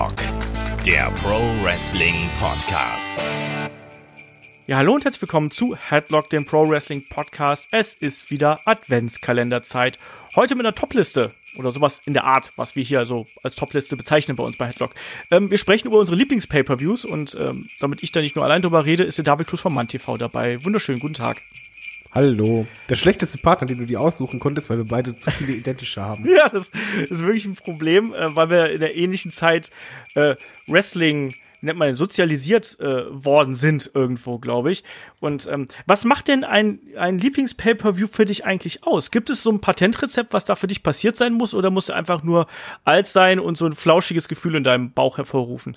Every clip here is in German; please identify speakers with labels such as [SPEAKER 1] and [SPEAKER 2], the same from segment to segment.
[SPEAKER 1] Headlock, der Pro Wrestling Podcast.
[SPEAKER 2] Ja, hallo und herzlich willkommen zu Headlock, dem Pro Wrestling Podcast. Es ist wieder Adventskalenderzeit. Heute mit einer Topliste oder sowas in der Art, was wir hier so als Topliste bezeichnen bei uns bei Headlock. Wir sprechen über unsere Lieblings-Pay-Per-Views und damit ich da nicht nur allein drüber rede, ist der David Cruz von MannTV dabei. Wunderschönen guten Tag.
[SPEAKER 3] Hallo. Der schlechteste Partner, den du dir aussuchen konntest, weil wir beide zu viele identische haben.
[SPEAKER 2] Ja, das ist wirklich ein Problem, weil wir in der ähnlichen Zeit Wrestling, wie nennt man den, sozialisiert worden sind irgendwo, glaube ich. Und was macht denn ein Lieblings-Pay-Per-View für dich eigentlich aus? Gibt es so ein Patentrezept, was da für dich passiert sein muss, oder musst du einfach nur alt sein und so ein flauschiges Gefühl in deinem Bauch hervorrufen?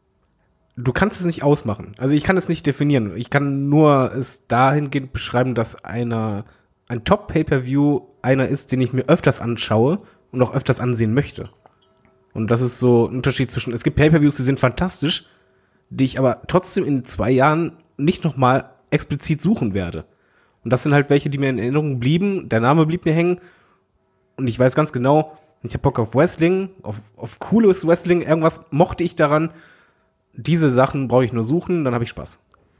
[SPEAKER 3] Du kannst es nicht ausmachen. Also ich kann es nicht definieren. Ich kann nur es dahingehend beschreiben, dass ein Top-Pay-Per-View einer ist, den ich mir öfters anschaue und auch öfters ansehen möchte. Und das ist so ein Unterschied zwischen, es gibt Pay-Per-Views, die sind fantastisch, die ich aber trotzdem in 2 Jahren nicht nochmal explizit suchen werde. Und das sind halt welche, die mir in Erinnerung blieben, der Name blieb mir hängen und ich weiß ganz genau, ich hab Bock auf Wrestling, auf cooles Wrestling, irgendwas mochte ich daran. Diese Sachen brauche ich nur suchen, dann habe ich Spaß.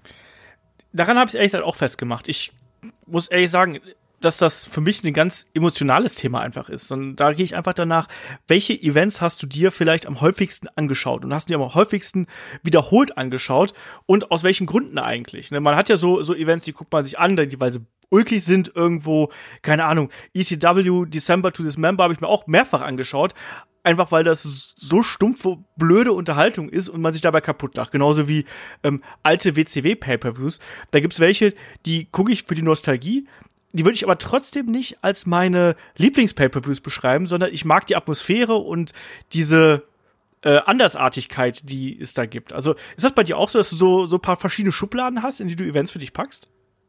[SPEAKER 2] Daran habe ich ehrlich gesagt auch festgemacht. Ich muss ehrlich sagen, dass das für mich ein ganz emotionales Thema einfach ist. Und da gehe ich einfach danach, welche Events hast du dir vielleicht am häufigsten angeschaut? Und hast du dir am häufigsten wiederholt angeschaut? Und aus welchen Gründen eigentlich? Man hat ja so Events, die guckt man sich an, weil sie ulkig sind irgendwo, keine Ahnung, ECW, December to Dismember habe ich mir auch mehrfach angeschaut. Einfach weil das so stumpfe, blöde Unterhaltung ist und man sich dabei kaputt lacht. Genauso wie alte WCW-Pay-Per-Views. Da gibt's welche, die gucke ich für die Nostalgie. Die würde ich aber trotzdem nicht als meine Lieblings-Pay-Per-Views beschreiben, sondern ich mag die Atmosphäre und diese Andersartigkeit, die es da gibt. Also ist das bei dir auch so, dass du so ein paar verschiedene Schubladen hast, in die du Events für dich packst?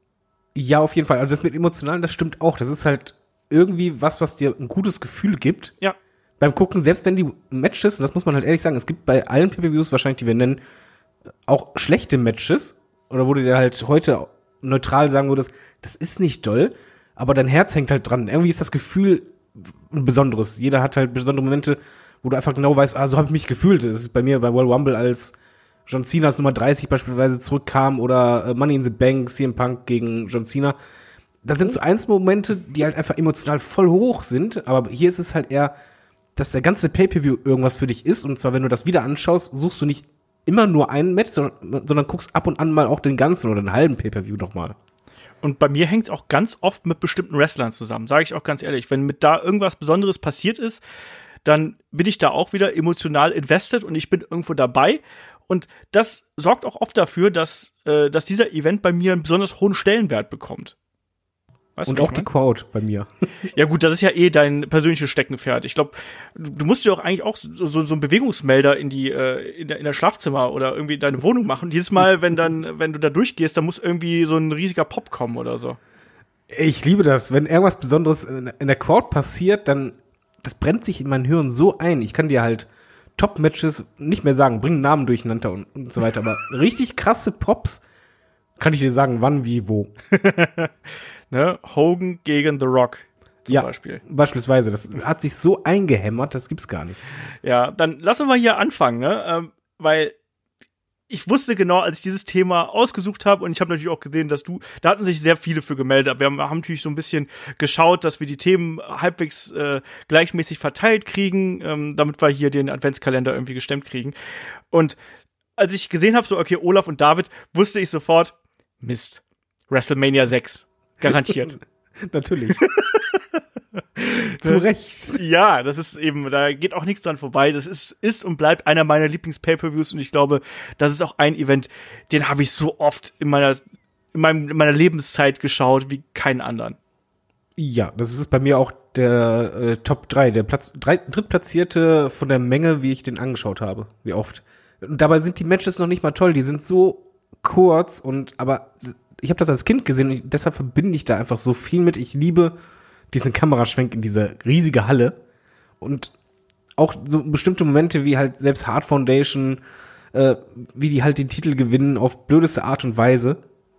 [SPEAKER 3] Ja, auf jeden Fall. Also das mit Emotionalen, das stimmt auch. Das ist halt irgendwie was dir ein gutes Gefühl gibt.
[SPEAKER 2] Ja.
[SPEAKER 3] Beim Gucken, selbst wenn die Matches, und das muss man halt ehrlich sagen, es gibt bei allen Pay-Per-Views wahrscheinlich, die wir nennen, auch schlechte Matches, oder wo du dir halt heute neutral sagen würdest, das ist nicht doll, aber dein Herz hängt halt dran. Irgendwie ist das Gefühl ein besonderes. Jeder hat halt besondere Momente, wo du einfach genau weißt, so habe ich mich gefühlt. Das ist bei mir bei Royal Rumble, als John Cena's Nummer 30 beispielsweise zurückkam, oder Money in the Bank, CM Punk gegen John Cena. Das sind so Momente, die halt einfach emotional voll hoch sind, aber hier ist es halt eher, dass der ganze Pay-Per-View irgendwas für dich ist, und zwar, wenn du das wieder anschaust, suchst du nicht immer nur einen Match, sondern guckst ab und an mal auch den ganzen oder den halben Pay-Per-View nochmal.
[SPEAKER 2] Und bei mir hängt es auch ganz oft mit bestimmten Wrestlern zusammen, sage ich auch ganz ehrlich. Wenn mit da irgendwas Besonderes passiert ist, dann bin ich da auch wieder emotional invested und ich bin irgendwo dabei. Und das sorgt auch oft dafür, dass dieser Event bei mir einen besonders hohen Stellenwert bekommt. Weißt
[SPEAKER 3] und auch die Crowd bei mir.
[SPEAKER 2] Ja gut, das ist ja dein persönliches Steckenpferd. Ich glaube, du musst dir auch eigentlich auch so einen Bewegungsmelder in der Schlafzimmer oder irgendwie in deine Wohnung machen. Und jedes Mal, wenn du da durchgehst, dann muss irgendwie so ein riesiger Pop kommen oder so.
[SPEAKER 3] Ich liebe das. Wenn irgendwas Besonderes in der Crowd passiert, dann, das brennt sich in mein Hirn so ein. Ich kann dir halt Top-Matches nicht mehr sagen, bringen Namen durcheinander und so weiter. Aber richtig krasse Pops kann ich dir sagen, wann, wie, wo.
[SPEAKER 2] Ne? Hogan gegen The Rock zum Beispiel.
[SPEAKER 3] Beispielsweise. Das hat sich so eingehämmert, das gibt's gar nicht.
[SPEAKER 2] Ja, dann lassen wir hier anfangen, ne? Weil ich wusste genau, als ich dieses Thema ausgesucht habe, und ich habe natürlich auch gesehen, dass da hatten sich sehr viele für gemeldet. Wir haben natürlich so ein bisschen geschaut, dass wir die Themen halbwegs gleichmäßig verteilt kriegen, damit wir hier den Adventskalender irgendwie gestemmt kriegen. Und als ich gesehen habe, so, okay, Olaf und David, wusste ich sofort, Mist, WrestleMania 6. Garantiert.
[SPEAKER 3] Natürlich. Zu Recht.
[SPEAKER 2] Ja, das ist eben, da geht auch nichts dran vorbei. Das ist und bleibt einer meiner Lieblings-Pay-Per-Views, und ich glaube, das ist auch ein Event, den habe ich so oft in meiner Lebenszeit geschaut wie keinen anderen.
[SPEAKER 3] Ja, das ist bei mir auch der Top 3, der drittplatzierte von der Menge, wie ich den angeschaut habe, wie oft. Und dabei sind die Matches noch nicht mal toll, die sind so kurz, aber ich habe das als Kind gesehen und deshalb verbinde ich da einfach so viel mit. Ich liebe diesen Kameraschwenk in diese riesige Halle und auch so bestimmte Momente wie halt selbst Hart Foundation, wie die halt den Titel gewinnen auf blödeste Art und Weise.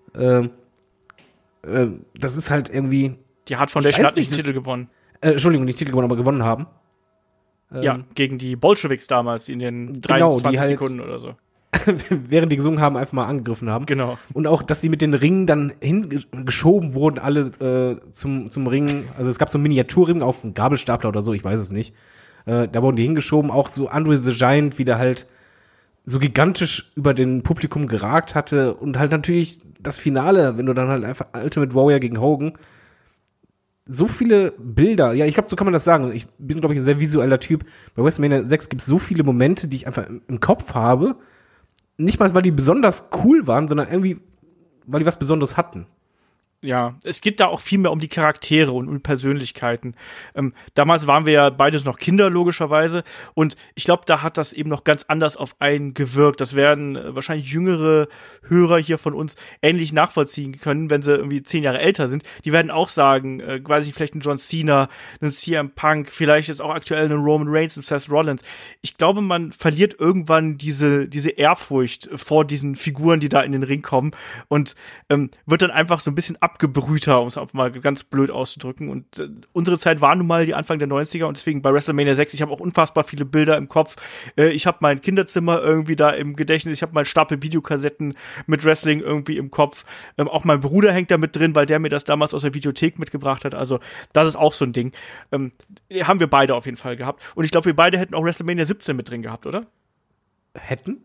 [SPEAKER 3] Das ist halt irgendwie.
[SPEAKER 2] Die Hart Foundation hat nicht den Titel gewonnen.
[SPEAKER 3] Entschuldigung, nicht Titel gewonnen, aber gewonnen haben.
[SPEAKER 2] Gegen die Bolschewiks damals in den 23
[SPEAKER 3] halt
[SPEAKER 2] Sekunden oder so.
[SPEAKER 3] während die gesungen haben, einfach mal angegriffen haben.
[SPEAKER 2] Genau.
[SPEAKER 3] Und auch, dass sie mit den Ringen dann hingeschoben wurden, alle zum Ring. Also es gab so einen Miniaturring auf einen Gabelstapler oder so, ich weiß es nicht. Da wurden die hingeschoben. Auch so Andre the Giant, wie der halt so gigantisch über den Publikum geragt hatte. Und halt natürlich das Finale, wenn du dann halt einfach Ultimate Warrior gegen Hogan. So viele Bilder, ja, ich glaube, so kann man das sagen. Ich bin, glaube ich, ein sehr visueller Typ. Bei WrestleMania 6 gibt es so viele Momente, die ich einfach im Kopf habe. Nicht mal, weil die besonders cool waren, sondern irgendwie, weil die was Besonderes hatten.
[SPEAKER 2] Ja, es geht da auch viel mehr um die Charaktere und um Persönlichkeiten. Damals waren wir ja beides noch Kinder, logischerweise. Und ich glaube, da hat das eben noch ganz anders auf einen gewirkt. Das werden wahrscheinlich jüngere Hörer hier von uns ähnlich nachvollziehen können, wenn sie irgendwie 10 Jahre älter sind. Die werden auch sagen, quasi vielleicht ein John Cena, ein CM Punk, vielleicht jetzt auch aktuell ein Roman Reigns und Seth Rollins. Ich glaube, man verliert irgendwann diese Ehrfurcht vor diesen Figuren, die da in den Ring kommen und wird dann einfach so ein bisschen abgebrühter, um es auch mal ganz blöd auszudrücken. Und unsere Zeit war nun mal die Anfang der 90er und deswegen bei WrestleMania 6, ich habe auch unfassbar viele Bilder im Kopf. Ich habe mein Kinderzimmer irgendwie da im Gedächtnis, ich habe meinen Stapel Videokassetten mit Wrestling irgendwie im Kopf. Auch mein Bruder hängt da mit drin, weil der mir das damals aus der Videothek mitgebracht hat. Also das ist auch so ein Ding. Haben wir beide auf jeden Fall gehabt. Und ich glaube, wir beide hätten auch WrestleMania 17 mit drin gehabt, oder?
[SPEAKER 3] Hätten?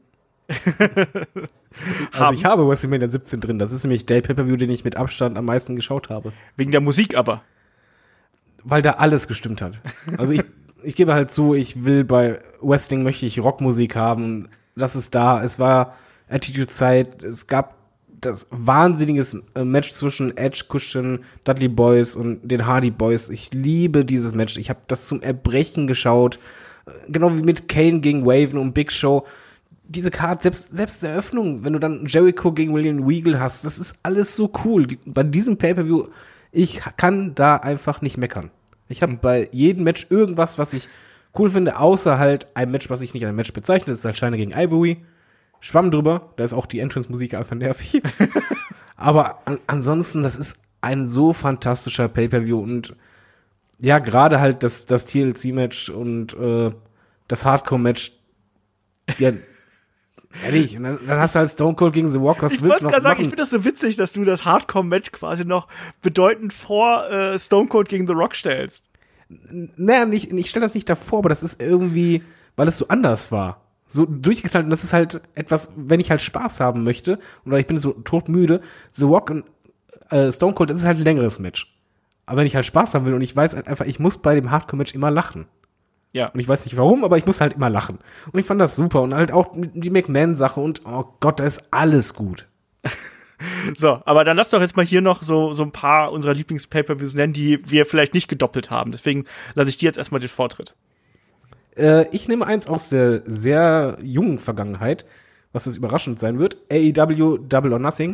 [SPEAKER 3] Also ich habe WrestleMania 17 drin. Das ist nämlich der Pay-Per-View, den ich mit Abstand am meisten geschaut habe.
[SPEAKER 2] Wegen der Musik aber.
[SPEAKER 3] Weil da alles gestimmt hat. Also ich gebe halt zu, ich will bei Wrestling möchte ich Rockmusik haben. Das ist da. Es war Attitude-Zeit. Es gab das wahnsinniges Match zwischen Edge, Christian, Dudley Boyz und den Hardy Boys. Ich liebe dieses Match. Ich habe das zum Erbrechen geschaut. Genau wie mit Kane gegen Raven und Big Show. Diese Card, selbst der Eröffnung, wenn du dann Jericho gegen William Regal hast, das ist alles so cool. Bei diesem Pay-Per-View, ich kann da einfach nicht meckern. Ich habe bei jedem Match irgendwas, was ich cool finde, außer halt ein Match, was ich nicht als Match bezeichne, das ist halt China gegen Ivory. Schwamm drüber, da ist auch die Entrance-Musik einfach nervig. Aber ansonsten, das ist ein so fantastischer Pay-Per-View und ja, gerade halt das TLC-Match und das Hardcore-Match, ja, ehrlich, und dann hast du halt Stone Cold gegen The Rock, was willst du noch machen?
[SPEAKER 2] Ich finde das so witzig, dass du das Hardcore-Match quasi noch bedeutend vor Stone Cold gegen The Rock stellst.
[SPEAKER 3] Naja, ich stelle das nicht davor, aber das ist irgendwie, weil es so anders war. So durchgeknallt, und das ist halt etwas, wenn ich halt Spaß haben möchte, oder ich bin so todmüde, The Rock und Stone Cold, das ist halt ein längeres Match. Aber wenn ich halt Spaß haben will und ich weiß halt einfach, ich muss bei dem Hardcore-Match immer lachen.
[SPEAKER 2] Ja.
[SPEAKER 3] Und ich weiß nicht warum, aber ich muss halt immer lachen. Und ich fand das super. Und halt auch die McMahon-Sache und oh Gott, da ist alles gut.
[SPEAKER 2] So, aber dann lass doch jetzt mal hier noch so ein paar unserer Lieblings-Pay-Per-Views nennen, die wir vielleicht nicht gedoppelt haben. Deswegen lasse ich dir jetzt erstmal den Vortritt.
[SPEAKER 3] Ich nehme eins aus der sehr jungen Vergangenheit, was das überraschend sein wird. AEW Double or Nothing.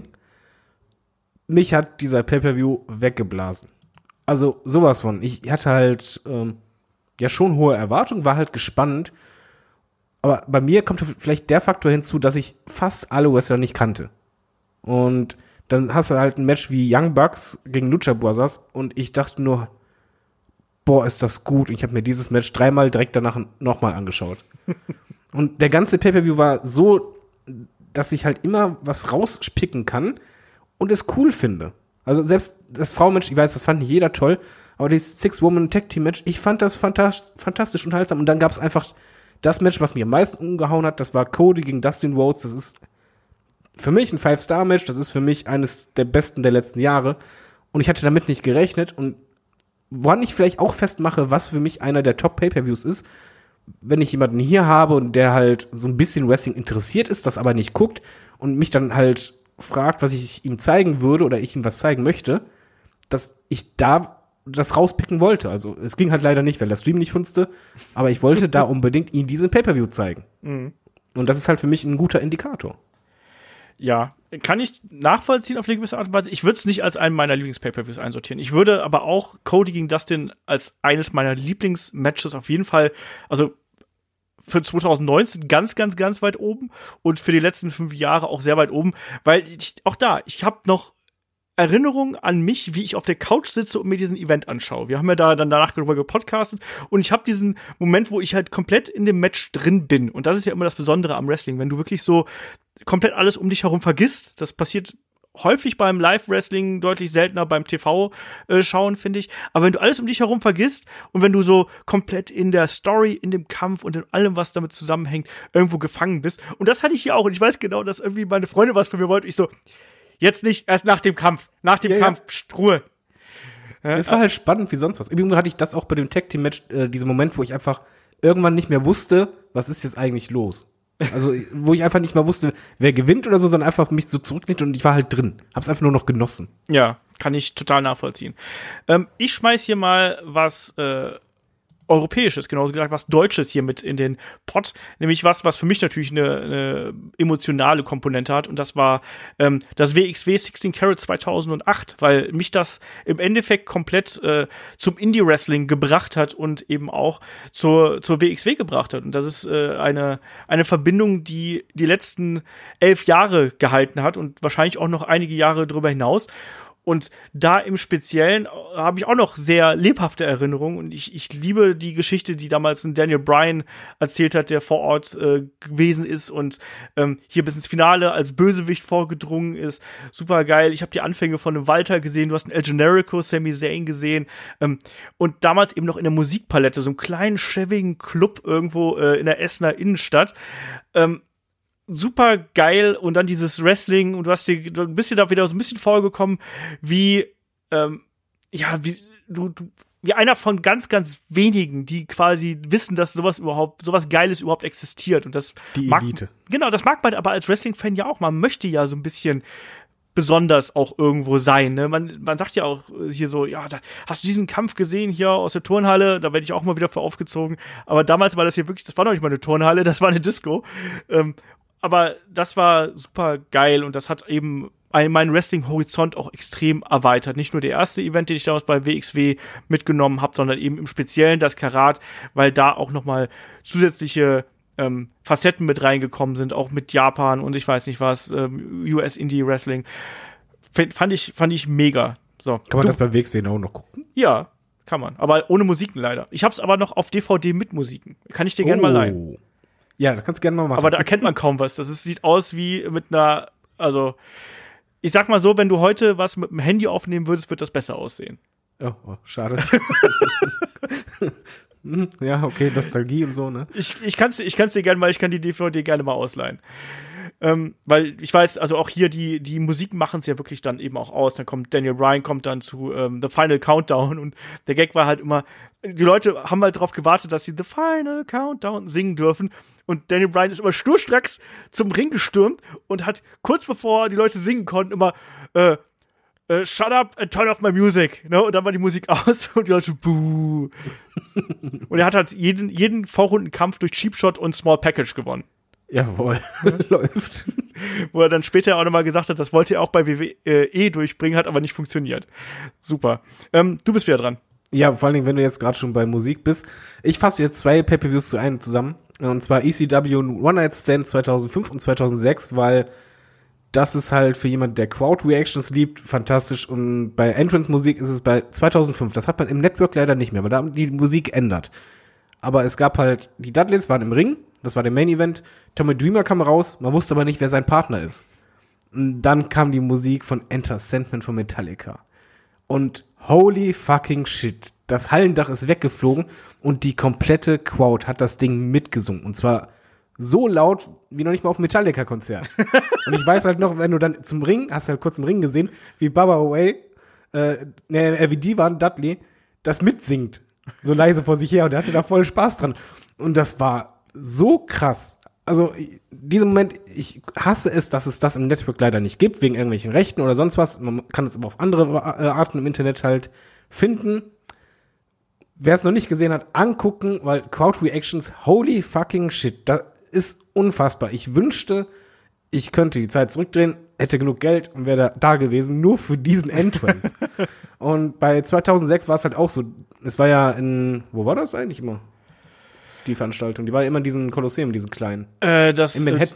[SPEAKER 3] Mich hat dieser Pay-Per-View weggeblasen. Also sowas von. Ich hatte halt ja schon hohe Erwartungen, war halt gespannt. Aber bei mir kommt vielleicht der Faktor hinzu, dass ich fast alle Wrestler nicht kannte. Und dann hast du halt ein Match wie Young Bucks gegen Lucha Brothers und ich dachte nur, boah, ist das gut. Und ich habe mir dieses Match 3-mal direkt danach nochmal angeschaut. Und der ganze Pay-Per-View war so, dass ich halt immer was rauspicken kann und es cool finde. Also selbst das Frauenmatch, ich weiß, das fand nicht jeder toll, aber dieses Six-Woman-Tag-Team-Match, ich fand das fantastisch unterhaltsam. Und dann gab es einfach das Match, was mir am meisten umgehauen hat, das war Cody gegen Dustin Rhodes. Das ist für mich ein 5-Star-Match, das ist für mich eines der besten der letzten Jahre. Und ich hatte damit nicht gerechnet. Und woran ich vielleicht auch festmache, was für mich einer der Top-Pay-Per-Views ist, wenn ich jemanden hier habe und der halt so ein bisschen Wrestling interessiert ist, das aber nicht guckt und mich dann halt fragt, was ich ihm zeigen würde oder ich ihm was zeigen möchte, dass ich da das rauspicken wollte. Also es ging halt leider nicht, weil der Stream nicht funzte, aber ich wollte da unbedingt ihm diesen Pay-Per-View zeigen. Mhm. Und das ist halt für mich ein guter Indikator.
[SPEAKER 2] Ja, kann ich nachvollziehen auf eine gewisse Art und Weise. Ich würde es nicht als einen meiner Lieblings-Pay-Per-Views einsortieren. Ich würde aber auch Cody gegen Dustin als eines meiner Lieblingsmatches auf jeden Fall, also für 2019 ganz, ganz, ganz weit oben und für die letzten 5 Jahre auch sehr weit oben, weil ich habe noch Erinnerung an mich, wie ich auf der Couch sitze und mir diesen Event anschaue. Wir haben ja da dann danach darüber gepodcastet und ich habe diesen Moment, wo ich halt komplett in dem Match drin bin. Und das ist ja immer das Besondere am Wrestling, wenn du wirklich so komplett alles um dich herum vergisst. Das passiert häufig beim Live-Wrestling, deutlich seltener beim TV-Schauen, finde ich. Aber wenn du alles um dich herum vergisst und wenn du so komplett in der Story, in dem Kampf und in allem, was damit zusammenhängt, irgendwo gefangen bist. Und das hatte ich hier auch. Und ich weiß genau, dass irgendwie meine Freunde was von mir wollten. Ich so, jetzt nicht, erst nach dem Kampf. Nach dem Kampf, ja. Psst, Ruhe. Ja,
[SPEAKER 3] es war halt spannend wie sonst was. Übrigens hatte ich das auch bei dem Tag-Team-Match, diesen Moment, wo ich einfach irgendwann nicht mehr wusste, was ist jetzt eigentlich los. Also, wo ich einfach nicht mehr wusste, wer gewinnt oder so, sondern einfach mich so zurücklegt und ich war halt drin. Hab's einfach nur noch genossen.
[SPEAKER 2] Ja, kann ich total nachvollziehen. Ich schmeiß hier mal was Europäisches, genauso gesagt, was Deutsches hier mit in den Pott, nämlich was für mich natürlich eine emotionale Komponente hat, und das war das WXW 16 Carat 2008, weil mich das im Endeffekt komplett zum Indie-Wrestling gebracht hat und eben auch zur WXW gebracht hat. Und das ist eine Verbindung, die letzten 11 Jahre gehalten hat und wahrscheinlich auch noch einige Jahre darüber hinaus. Und da im Speziellen habe ich auch noch sehr lebhafte Erinnerungen, und ich liebe die Geschichte, die damals ein Daniel Bryan erzählt hat, der vor Ort gewesen ist und hier bis ins Finale als Bösewicht vorgedrungen ist. Super geil. Ich habe die Anfänge von einem Walter gesehen, du hast einen El Generico, Sami Zayn gesehen, und damals eben noch in der Musikpalette, so einem kleinen, schäbigen Club irgendwo in der Essener Innenstadt. Super geil, und dann dieses Wrestling, und du bist dir da wieder so ein bisschen vorgekommen, wie einer von ganz, ganz wenigen, die quasi wissen, dass sowas Geiles überhaupt existiert. Und das
[SPEAKER 3] die Elite.
[SPEAKER 2] Das mag man aber als Wrestling-Fan ja auch. Man möchte ja so ein bisschen besonders auch irgendwo sein, ne? Man sagt ja auch hier so, ja, hast du diesen Kampf gesehen hier aus der Turnhalle? Da werde ich auch mal wieder für aufgezogen. Aber damals war das hier wirklich, das war noch nicht mal eine Turnhalle, das war eine Disco. Aber das war super geil, und das hat eben meinen Wrestling-Horizont auch extrem erweitert. Nicht nur der erste Event, den ich damals bei WXW mitgenommen habe, sondern eben im Speziellen das Karat, weil da auch nochmal zusätzliche Facetten mit reingekommen sind, auch mit Japan und ich weiß nicht was, US-Indie-Wrestling. Fand ich mega. So.
[SPEAKER 3] Kann man das bei WXW auch noch gucken?
[SPEAKER 2] Ja, kann man. Aber ohne Musiken leider. Ich hab's aber noch auf DVD mit Musiken. Kann ich dir gerne mal leihen.
[SPEAKER 3] Ja, das kannst du gerne mal machen.
[SPEAKER 2] Aber da erkennt man kaum was. Sieht aus wie mit einer, also, ich sag mal so, wenn du heute was mit dem Handy aufnehmen würdest, wird das besser aussehen.
[SPEAKER 3] Oh, schade. Ja, okay, Nostalgie und so, ne?
[SPEAKER 2] Ich kann's dir gerne mal, ich kann die DVD gerne mal ausleihen. Weil ich weiß, also auch hier die Musik machen es ja wirklich dann eben auch aus. Dann kommt Daniel Bryan kommt dann zu The Final Countdown, und der Gag war halt immer, die Leute haben halt darauf gewartet, dass sie The Final Countdown singen dürfen, und Daniel Bryan ist immer schnurstracks zum Ring gestürmt und hat kurz bevor die Leute singen konnten immer shut up and turn off my music, ne? Und dann war die Musik aus und die Leute buh. Und er hat halt jeden Vorrundenkampf durch Cheap Shot und Small Package gewonnen.
[SPEAKER 3] Jawohl, läuft.
[SPEAKER 2] Wo er dann später auch nochmal gesagt hat, das wollte er auch bei WWE durchbringen, hat aber nicht funktioniert. Super. Du bist wieder dran.
[SPEAKER 3] Ja, vor allen Dingen, wenn du jetzt gerade schon bei Musik bist. Ich fasse jetzt 2 Pay-Per-Views zu einem zusammen. Und zwar ECW One Night Stand 2005 und 2006, weil das ist halt für jemanden, der Crowd-Reactions liebt, fantastisch. Und bei Entrance-Musik ist es bei 2005. Das hat man im Network leider nicht mehr, weil da die Musik ändert. Aber es gab halt, die Dudleys waren im Ring, das war der Main-Event. Tommy Dreamer kam raus, man wusste aber nicht, wer sein Partner ist. Und dann kam die Musik von Enter Sandman von Metallica. Und holy fucking shit, das Hallendach ist weggeflogen und die komplette Crowd hat das Ding mitgesungen. Und zwar so laut wie noch nicht mal auf dem Metallica-Konzert. Und ich weiß halt noch, wenn du dann zum Ring, hast du halt kurz im Ring gesehen, wie Baba Way, wie Divan Dudley das mitsingt. So leise vor sich her, und der hatte da voll Spaß dran. Und das war so krass. Also, diesen Moment, ich hasse es, dass es das im Network leider nicht gibt, wegen irgendwelchen Rechten oder sonst was. Man kann es aber auf andere Arten im Internet halt finden. Wer es noch nicht gesehen hat, angucken, weil Crowd Reactions, holy fucking shit, das ist unfassbar. Ich wünschte, ich könnte die Zeit zurückdrehen, hätte genug Geld und wäre da gewesen, nur für diesen Entrance. Und bei 2006 war es halt auch so, es war ja wo war das eigentlich immer? Die Veranstaltung, die war ja immer in diesem Kolosseum, diesen kleinen. In Manhattan.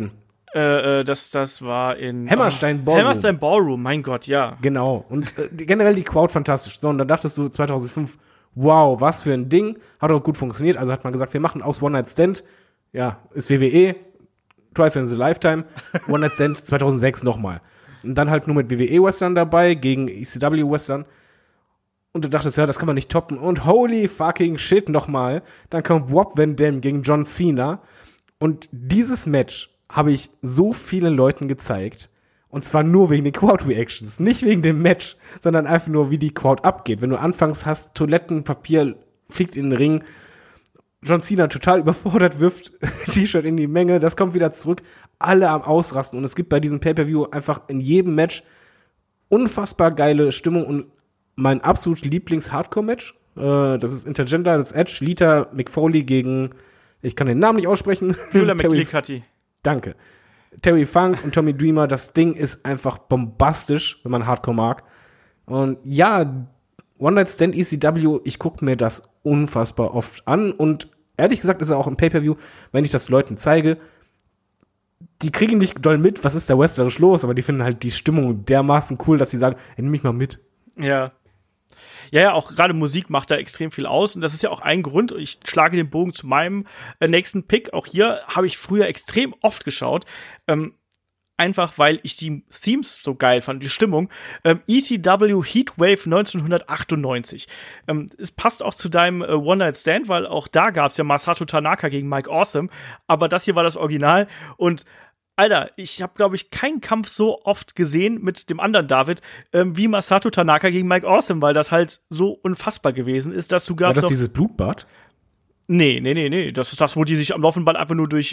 [SPEAKER 2] Das war in
[SPEAKER 3] Hammerstein Ballroom.
[SPEAKER 2] Hammerstein Ballroom, mein Gott, ja.
[SPEAKER 3] Genau. Und generell die Crowd fantastisch. So, und dann dachtest du 2005, wow, was für ein Ding. Hat auch gut funktioniert. Also hat man gesagt, wir machen aus One Night Stand. Ja, ist WWE. Twice in a Lifetime. One Night Stand 2006 nochmal. Und dann halt nur mit WWE-Wrestlern dabei gegen ECW-Wrestlern. Und du dachtest, ja, das kann man nicht toppen. Und holy fucking shit nochmal. Dann kommt Rob Van Dam gegen John Cena. Und dieses Match habe ich so vielen Leuten gezeigt. Und zwar nur wegen den Crowd-Reactions. Nicht wegen dem Match, sondern einfach nur, wie die Crowd abgeht. Wenn du anfangs hast, Toilettenpapier fliegt in den Ring, John Cena total überfordert, wirft T-Shirt in die Menge, das kommt wieder zurück, alle am Ausrasten. Und es gibt bei diesem Pay-Per-View einfach in jedem Match unfassbar geile Stimmung. Und mein absolut Lieblings-Hardcore-Match, das ist Intergender, das ist Edge, Lita, Mick Foley gegen, ich kann den Namen nicht aussprechen.
[SPEAKER 2] Julia McLeod.
[SPEAKER 3] Danke. Terry Funk und Tommy Dreamer, das Ding ist einfach bombastisch, wenn man Hardcore mag. Und ja, One Night Stand ECW, ich gucke mir das unfassbar oft an. Und ehrlich gesagt ist er auch im Pay-Per-View, wenn ich das Leuten zeige, die kriegen nicht doll mit, was ist da wrestlerisch los, aber die finden halt die Stimmung dermaßen cool, dass sie sagen, hey, nimm mich mal mit.
[SPEAKER 2] Ja. Ja, auch gerade Musik macht da extrem viel aus und das ist ja auch ein Grund, ich schlage den Bogen zu meinem nächsten Pick, auch hier habe ich früher extrem oft geschaut, einfach weil ich die Themes so geil fand, die Stimmung. ECW Heatwave 1998. Es passt auch zu deinem One-Night-Stand, weil auch da gab's ja Masato Tanaka gegen Mike Awesome, aber das hier war das Original und Alter, ich habe, glaube ich, keinen Kampf so oft gesehen mit dem anderen David wie Masato Tanaka gegen Mike Awesome, weil das halt so unfassbar gewesen ist, dass du gar
[SPEAKER 3] War das dieses Blutbad?
[SPEAKER 2] Nee. Das ist das, wo die sich am laufenden Band einfach nur durch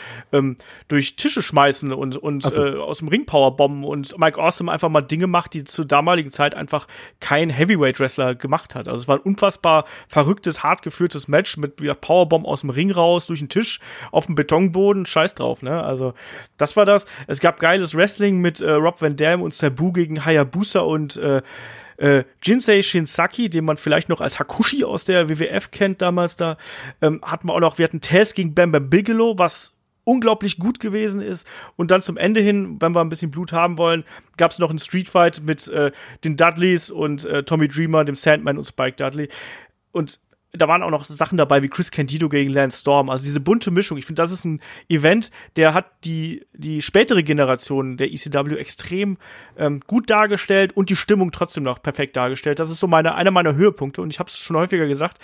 [SPEAKER 2] Tische schmeißen und
[SPEAKER 3] So.
[SPEAKER 2] aus dem Ring powerbomben und Mike Awesome einfach mal Dinge macht, die zur damaligen Zeit einfach kein Heavyweight-Wrestler gemacht hat. Also es war ein unfassbar verrücktes, hart geführtes Match mit wieder Powerbomb aus dem Ring raus, durch den Tisch, auf dem Betonboden, scheiß drauf, ne? Also das war das. Es gab geiles Wrestling mit Rob Van Dam und Sabu gegen Hayabusa und Jinsei Shinsaki, den man vielleicht noch als Hakushi aus der WWF kennt damals da, hatten wir auch noch, wir hatten Taz gegen Bam Bam Bigelow, was unglaublich gut gewesen ist und dann zum Ende hin, wenn wir ein bisschen Blut haben wollen, gab es noch einen Streetfight mit den Dudleys und Tommy Dreamer, dem Sandman und Spike Dudley und da waren auch noch Sachen dabei wie Chris Candido gegen Lance Storm. Also diese bunte Mischung. Ich finde, das ist ein Event, der hat die spätere Generation der ECW extrem gut dargestellt und die Stimmung trotzdem noch perfekt dargestellt. Das ist so einer meiner Höhepunkte. Und ich habe es schon häufiger gesagt,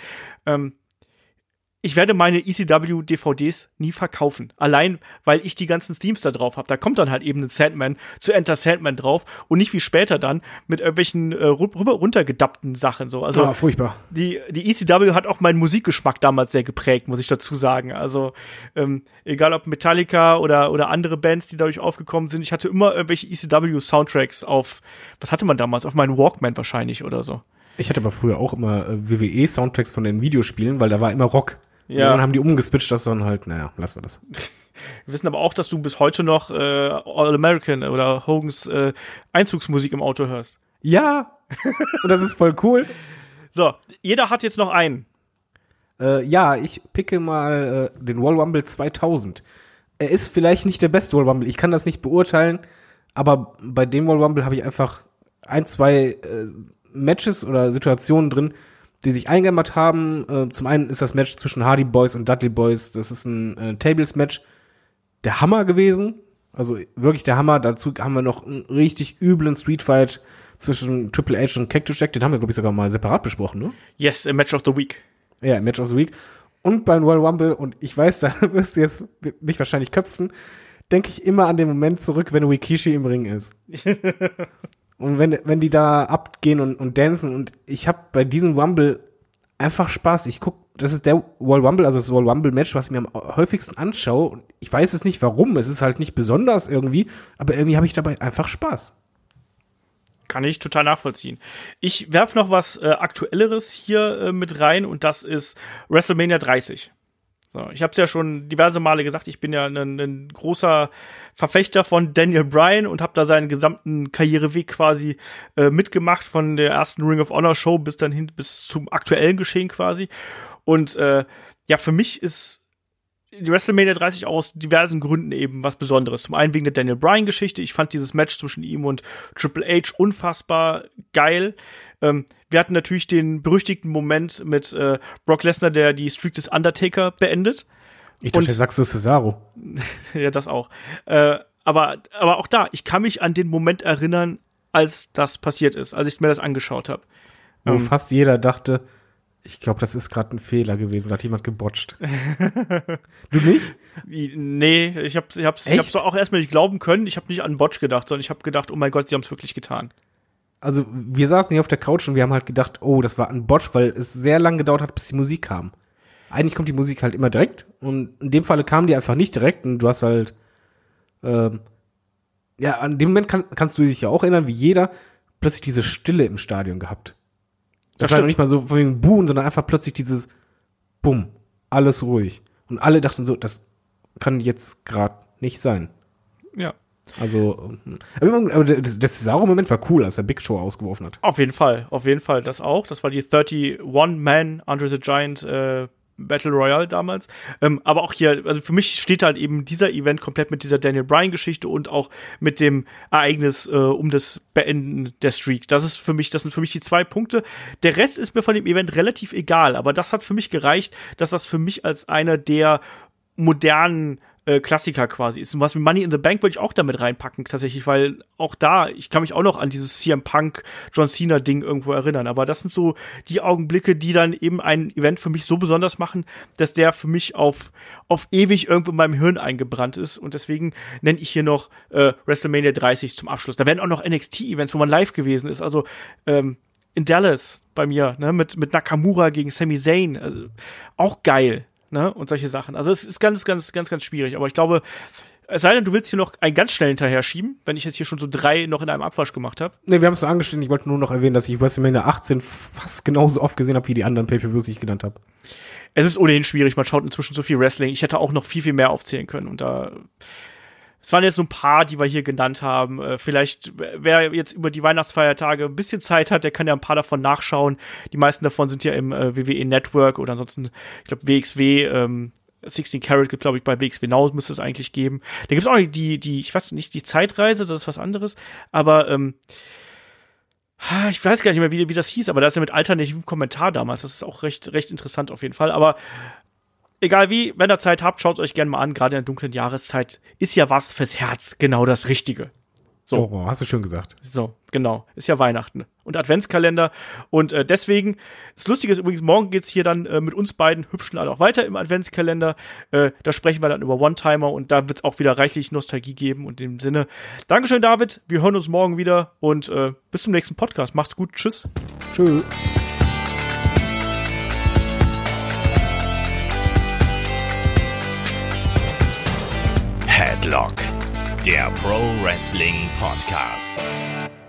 [SPEAKER 2] ich werde meine ECW-DVDs nie verkaufen. Allein, weil ich die ganzen Themes da drauf habe. Da kommt dann halt eben ein Sandman zu Enter Sandman drauf und nicht wie später dann mit irgendwelchen runtergedappten Sachen. So. Also,
[SPEAKER 3] furchtbar.
[SPEAKER 2] Die ECW hat auch meinen Musikgeschmack damals sehr geprägt, muss ich dazu sagen. Also, egal ob Metallica oder andere Bands, die dadurch aufgekommen sind, ich hatte immer irgendwelche ECW-Soundtracks auf, was hatte man damals? Auf meinen Walkman wahrscheinlich oder so.
[SPEAKER 3] Ich hatte aber früher auch immer WWE-Soundtracks von den Videospielen, weil da war immer Rock.
[SPEAKER 2] Ja.
[SPEAKER 3] Und dann haben die umgeswitcht, das dann halt, naja, lassen wir das.
[SPEAKER 2] Wir wissen aber auch, dass du bis heute noch All-American oder Hogans Einzugsmusik im Auto hörst.
[SPEAKER 3] Ja, und das ist voll cool.
[SPEAKER 2] So, jeder hat jetzt noch einen.
[SPEAKER 3] Ja, ich picke mal den Royal Rumble 2000. Er ist vielleicht nicht der beste Royal Rumble, ich kann das nicht beurteilen, aber bei dem Royal Rumble habe ich einfach 1-2 Matches oder Situationen drin, die sich eingehämmert haben. Zum einen ist das Match zwischen Hardy Boys und Dudley Boys, das ist ein Tables-Match, der Hammer gewesen, also wirklich der Hammer. Dazu haben wir noch einen richtig üblen Streetfight zwischen Triple H und Cactus Jack, den haben wir, glaube ich, sogar mal separat besprochen, ne?
[SPEAKER 2] Yes, im Match of the Week.
[SPEAKER 3] Ja, im Match of the Week. Und beim Royal Rumble, und ich weiß, da wirst du jetzt mich wahrscheinlich köpfen, denke ich immer an den Moment zurück, wenn Rikishi im Ring ist. Und wenn die da abgehen und dancen, und ich habe bei diesem Rumble einfach Spaß. Ich guck, das ist der Royal Rumble, also das Royal Rumble Match, was ich mir am häufigsten anschaue. Und ich weiß es nicht warum, es ist halt nicht besonders irgendwie, aber irgendwie habe ich dabei einfach Spaß.
[SPEAKER 2] Kann ich total nachvollziehen. Ich werfe noch was Aktuelleres hier mit rein und das ist WrestleMania 30. So, ich habe es ja schon diverse Male gesagt, ich bin ja ein großer Verfechter von Daniel Bryan und habe da seinen gesamten Karriereweg quasi mitgemacht, von der ersten Ring of Honor Show bis zum aktuellen Geschehen quasi. Und ja, für mich ist die WrestleMania 30 auch aus diversen Gründen eben was Besonderes. Zum einen wegen der Daniel Bryan-Geschichte. Ich fand dieses Match zwischen ihm und Triple H unfassbar geil. Wir hatten natürlich den berüchtigten Moment mit Brock Lesnar, der die Streak des Undertaker beendet.
[SPEAKER 3] Ich dachte, sagst du Cesaro.
[SPEAKER 2] Ja, das auch. Aber auch da, ich kann mich an den Moment erinnern, als das passiert ist, als ich mir das angeschaut habe.
[SPEAKER 3] Wo fast jeder dachte, ich glaube, das ist gerade ein Fehler gewesen, da hat jemand gebotcht. Du nicht?
[SPEAKER 2] Nee, ich hab's auch erstmal nicht glauben können. Ich habe nicht an Botch gedacht, sondern ich habe gedacht, oh mein Gott, sie haben es wirklich getan.
[SPEAKER 3] Also, wir saßen hier auf der Couch und wir haben halt gedacht, oh, das war ein Botch, weil es sehr lange gedauert hat, bis die Musik kam. Eigentlich kommt die Musik halt immer direkt und in dem Falle kam die einfach nicht direkt und du hast halt, ja, an dem Moment kannst du dich ja auch erinnern, wie jeder plötzlich diese Stille im Stadion gehabt. Das war doch nicht mal so von wegen Buhen, sondern einfach plötzlich dieses Bumm, alles ruhig. Und alle dachten so, das kann jetzt gerade nicht sein.
[SPEAKER 2] Ja.
[SPEAKER 3] Also, aber der Cesaro-Moment war cool, als er Big Show ausgeworfen hat.
[SPEAKER 2] Auf jeden Fall, das auch. Das war die 31-Man Andre the Giant Battle Royale damals. Aber auch hier, also für mich steht halt eben dieser Event komplett mit dieser Daniel Bryan-Geschichte und auch mit dem Ereignis um das Beenden der Streak. Das sind für mich die 2 Punkte. Der Rest ist mir von dem Event relativ egal, aber das hat für mich gereicht, dass das für mich als einer der modernen Klassiker quasi ist. Und was wie Money in the Bank würde ich auch damit reinpacken, tatsächlich, weil auch da, ich kann mich auch noch an dieses CM Punk John Cena Ding irgendwo erinnern, aber das sind so die Augenblicke, die dann eben ein Event für mich so besonders machen, dass der für mich auf ewig irgendwo in meinem Hirn eingebrannt ist und deswegen nenne ich hier noch WrestleMania 30 zum Abschluss. Da werden auch noch NXT-Events, wo man live gewesen ist, also in Dallas bei mir, ne, mit Nakamura gegen Sami Zayn, also, auch geil. Ne, und solche Sachen. Also es ist ganz, ganz, ganz, ganz schwierig. Aber ich glaube, es sei denn, du willst hier noch einen ganz schnell hinterher schieben, wenn ich jetzt hier schon so 3 noch in einem Abwasch gemacht habe.
[SPEAKER 3] Nee, wir haben es nur angestellt. Ich wollte nur noch erwähnen, dass ich WrestleMania 18 fast genauso oft gesehen habe, wie die anderen Pay-Per-Views, die ich genannt habe.
[SPEAKER 2] Es ist ohnehin schwierig. Man schaut inzwischen so viel Wrestling. Ich hätte auch noch viel, viel mehr aufzählen können. Und es waren jetzt so ein paar, die wir hier genannt haben. Vielleicht, wer jetzt über die Weihnachtsfeiertage ein bisschen Zeit hat, der kann ja ein paar davon nachschauen. Die meisten davon sind ja im WWE Network oder ansonsten, ich glaube, WXW, 16 Karat gibt, glaube ich, bei WXW Now müsste es eigentlich geben. Da gibt es auch die, ich weiß nicht, die Zeitreise, das ist was anderes. Aber ich weiß gar nicht mehr, wie das hieß, aber da ist ja mit alternativem Kommentar damals. Das ist auch recht interessant auf jeden Fall. Aber egal wie, wenn ihr Zeit habt, schaut es euch gerne mal an. Gerade in der dunklen Jahreszeit ist ja was fürs Herz genau das Richtige. So.
[SPEAKER 3] Oh, hast du schön gesagt.
[SPEAKER 2] So, genau. Ist ja Weihnachten und Adventskalender. Und deswegen, das Lustige ist übrigens, morgen geht's hier dann mit uns beiden Hübschen alle auch weiter im Adventskalender. Da sprechen wir dann über One-Timer und da wird's auch wieder reichlich Nostalgie geben. Und in dem Sinne, Dankeschön, David. Wir hören uns morgen wieder und bis zum nächsten Podcast. Macht's gut. Tschüss.
[SPEAKER 3] Tschüss.
[SPEAKER 1] Headlock, der Pro Wrestling Podcast.